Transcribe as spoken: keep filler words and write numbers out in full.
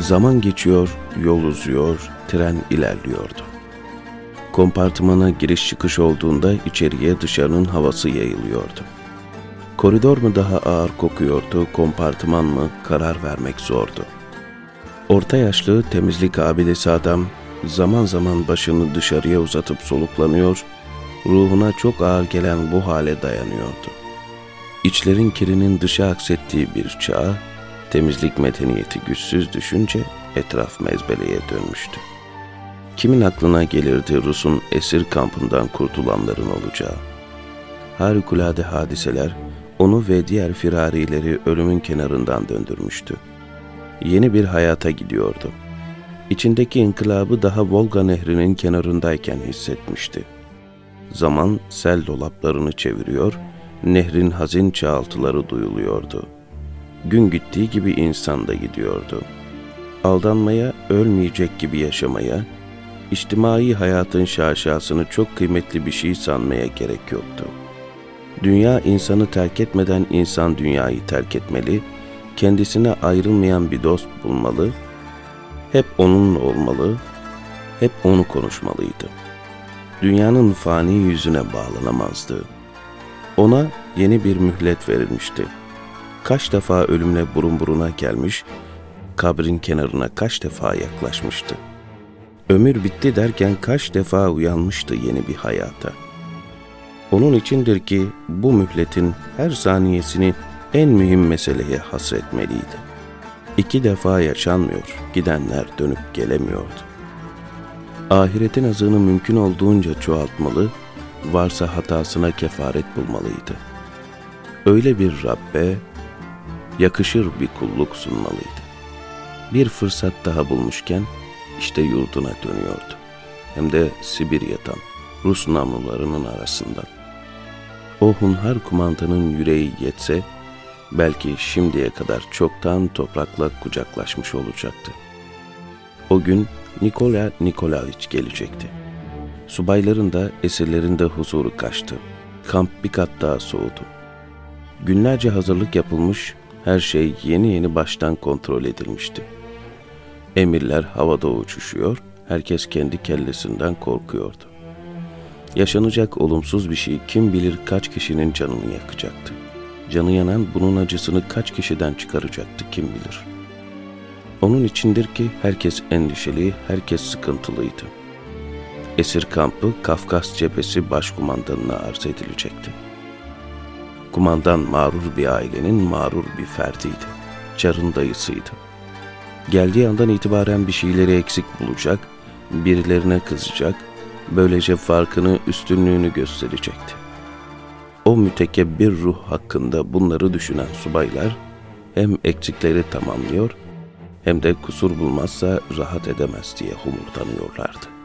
Zaman geçiyor, yol uzuyor, tren ilerliyordu. Kompartımana giriş çıkış olduğunda içeriye dışarının havası yayılıyordu. Koridor mu daha ağır kokuyordu, kompartıman mı, karar vermek zordu. Orta yaşlı temizlik abidesi adam zaman zaman başını dışarıya uzatıp soluklanıyor, ruhuna çok ağır gelen bu hale dayanıyordu. İçlerin kirinin dışa aksettiği bir çağ, temizlik medeniyeti güçsüz düşünce etraf mezbeleye dönmüştü. Kimin aklına gelirdi Rus'un esir kampından kurtulanların olacağı? Harikulade hadiseler onu ve diğer firarileri ölümün kenarından döndürmüştü. Yeni bir hayata gidiyordu. İçindeki inkılabı daha Volga Nehri'nin kenarındayken hissetmişti. Zaman sel dolaplarını çeviriyor, nehrin hazin çağıltıları duyuluyordu. Gün gittiği gibi insan da gidiyordu. Aldanmaya, ölmeyecek gibi yaşamaya, içtimai hayatın şaşasını çok kıymetli bir şey sanmaya gerek yoktu. Dünya insanı terk etmeden insan dünyayı terk etmeli, kendisine ayrılmayan bir dost bulmalı, hep onunla olmalı, hep onu konuşmalıydı. Dünyanın fani yüzüne bağlanamazdı. Ona yeni bir mühlet verilmişti. Kaç defa ölümle burun buruna gelmiş, kabrin kenarına kaç defa yaklaşmıştı. Ömür bitti derken kaç defa uyanmıştı yeni bir hayata. Onun içindir ki bu mühletin her saniyesini en mühim meseleye hasretmeliydi. İki defa yaşanmıyor, gidenler dönüp gelemiyordu. Ahiretin azığını mümkün olduğunca çoğaltmalı, varsa hatasına kefaret bulmalıydı. Öyle bir Rabbe yakışır bir kulluk sunmalıydı. Bir fırsat daha bulmuşken işte yurduna dönüyordu. Hem de Sibirya'dan, Rus namlularının arasından. O hunhar kumandanın yüreği yetse, belki şimdiye kadar çoktan toprakla kucaklaşmış olacaktı. O gün Nikola Nikolaevich gelecekti. Subayların da esirlerin de huzuru kaçtı. Kamp bir kat daha soğudu. Günlerce hazırlık yapılmış, her şey yeni yeni baştan kontrol edilmişti. Emirler havada uçuşuyor, herkes kendi kellesinden korkuyordu. Yaşanacak olumsuz bir şey kim bilir kaç kişinin canını yakacaktı. Canı yanan bunun acısını kaç kişiden çıkaracaktı kim bilir. Onun içindir ki herkes endişeli, herkes sıkıntılıydı. Esir kampı Kafkas cephesi başkumandanına arz edilecekti. Kumandan mağrur bir ailenin mağrur bir ferdiydi. Çar'ın dayısıydı. Geldiği andan itibaren bir şeyleri eksik bulacak, birilerine kızacak, böylece farkını, üstünlüğünü gösterecekti. O mütekebbir ruh hakkında bunları düşünen subaylar hem eksikleri tamamlıyor hem de kusur bulmazsa rahat edemez diye homurdanıyorlardı.